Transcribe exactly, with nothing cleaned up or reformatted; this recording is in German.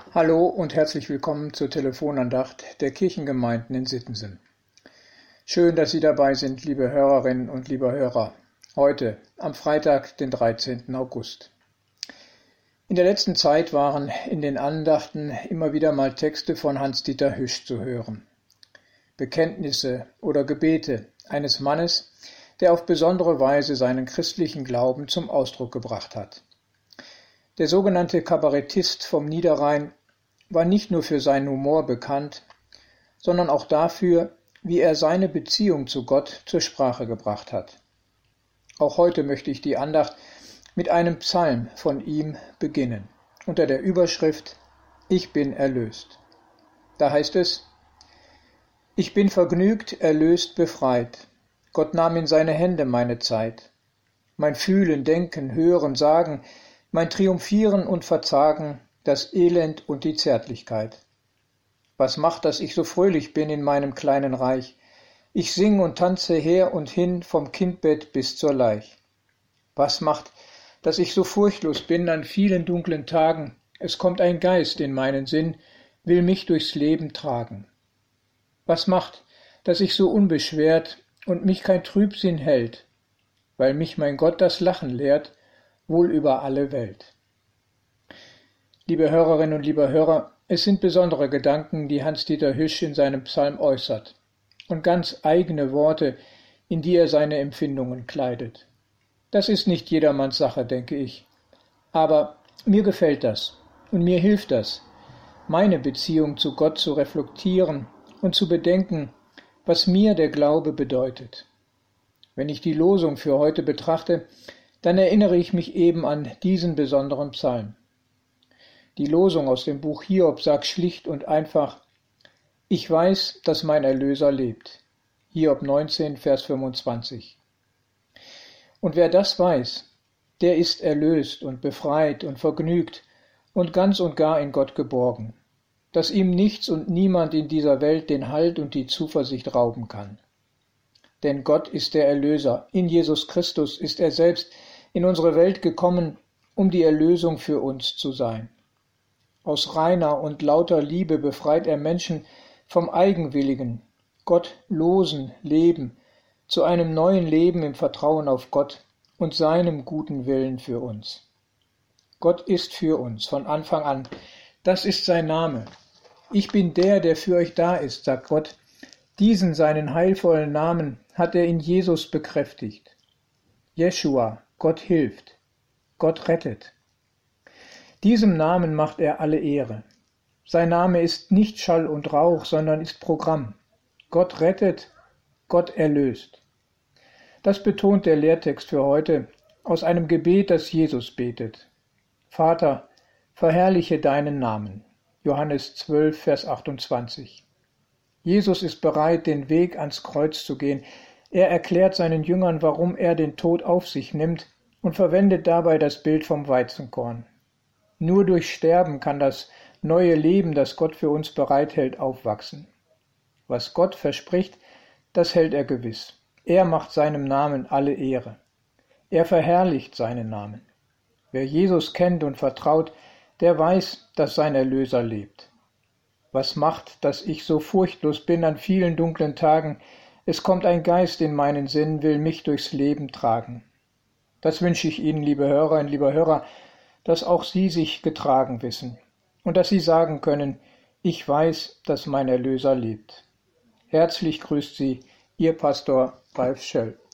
Hallo und herzlich willkommen zur Telefonandacht der Kirchengemeinden in Sittensen. Schön, dass Sie dabei sind, liebe Hörerinnen und lieber Hörer, heute am Freitag, den dreizehnten August. In der letzten Zeit waren in den Andachten immer wieder mal Texte von Hans-Dieter Hüsch zu hören. Bekenntnisse oder Gebete eines Mannes, der auf besondere Weise seinen christlichen Glauben zum Ausdruck gebracht hat. Der sogenannte Kabarettist vom Niederrhein war nicht nur für seinen Humor bekannt, sondern auch dafür, wie er seine Beziehung zu Gott zur Sprache gebracht hat. Auch heute möchte ich die Andacht mit einem Psalm von ihm beginnen, unter der Überschrift »Ich bin erlöst«. Da heißt es: Ich bin vergnügt, erlöst, befreit. Gott nahm in seine Hände meine Zeit. Mein Fühlen, Denken, Hören, Sagen, mein Triumphieren und Verzagen, das Elend und die Zärtlichkeit. Was macht, dass ich so fröhlich bin in meinem kleinen Reich? Ich sing und tanze her und hin, vom Kindbett bis zur Leich. Was macht, dass ich so furchtlos bin an vielen dunklen Tagen? Es kommt ein Geist in meinen Sinn, will mich durchs Leben tragen. Was macht, dass ich so unbeschwert und mich kein Trübsinn hält? Weil mich mein Gott das Lachen lehrt, wohl über alle Welt. Liebe Hörerinnen und lieber Hörer, es sind besondere Gedanken, die Hans-Dieter Hüsch in seinem Psalm äußert und ganz eigene Worte, in die er seine Empfindungen kleidet. Das ist nicht jedermanns Sache, denke ich. Aber mir gefällt das und mir hilft das, meine Beziehung zu Gott zu reflektieren und zu bedenken, was mir der Glaube bedeutet. Wenn ich die Losung für heute betrachte, dann erinnere ich mich eben an diesen besonderen Psalm. Die Losung aus dem Buch Hiob sagt schlicht und einfach: Ich weiß, dass mein Erlöser lebt. Hiob neunzehn, Vers fünfundzwanzig. Und wer das weiß, der ist erlöst und befreit und vergnügt und ganz und gar in Gott geborgen, dass ihm nichts und niemand in dieser Welt den Halt und die Zuversicht rauben kann. Denn Gott ist der Erlöser, in Jesus Christus ist er selbst in unsere Welt gekommen, um die Erlösung für uns zu sein. Aus reiner und lauter Liebe befreit er Menschen vom eigenwilligen, gottlosen Leben zu einem neuen Leben im Vertrauen auf Gott und seinem guten Willen für uns. Gott ist für uns von Anfang an. Das ist sein Name. Ich bin der, der für euch da ist, sagt Gott. Diesen seinen heilvollen Namen hat er in Jesus bekräftigt. Jeschua, Gott hilft, Gott rettet. Diesem Namen macht er alle Ehre. Sein Name ist nicht Schall und Rauch, sondern ist Programm. Gott rettet, Gott erlöst. Das betont der Lehrtext für heute aus einem Gebet, das Jesus betet. Vater, verherrliche deinen Namen. Johannes zwölf, Vers achtundzwanzig. Jesus ist bereit, den Weg ans Kreuz zu gehen. Er erklärt seinen Jüngern, warum er den Tod auf sich nimmt und verwendet dabei das Bild vom Weizenkorn. Nur durch Sterben kann das neue Leben, das Gott für uns bereithält, aufwachsen. Was Gott verspricht, das hält er gewiss. Er macht seinem Namen alle Ehre. Er verherrlicht seinen Namen. Wer Jesus kennt und vertraut, der weiß, dass sein Erlöser lebt. Was macht, dass ich so furchtlos bin an vielen dunklen Tagen? Es kommt ein Geist in meinen Sinn, will mich durchs Leben tragen. Das wünsche ich Ihnen, liebe Hörerinnen, lieber Hörer, dass auch Sie sich getragen wissen und dass Sie sagen können: Ich weiß, dass mein Erlöser lebt. Herzlich grüßt Sie, Ihr Pastor Ralf Schöll.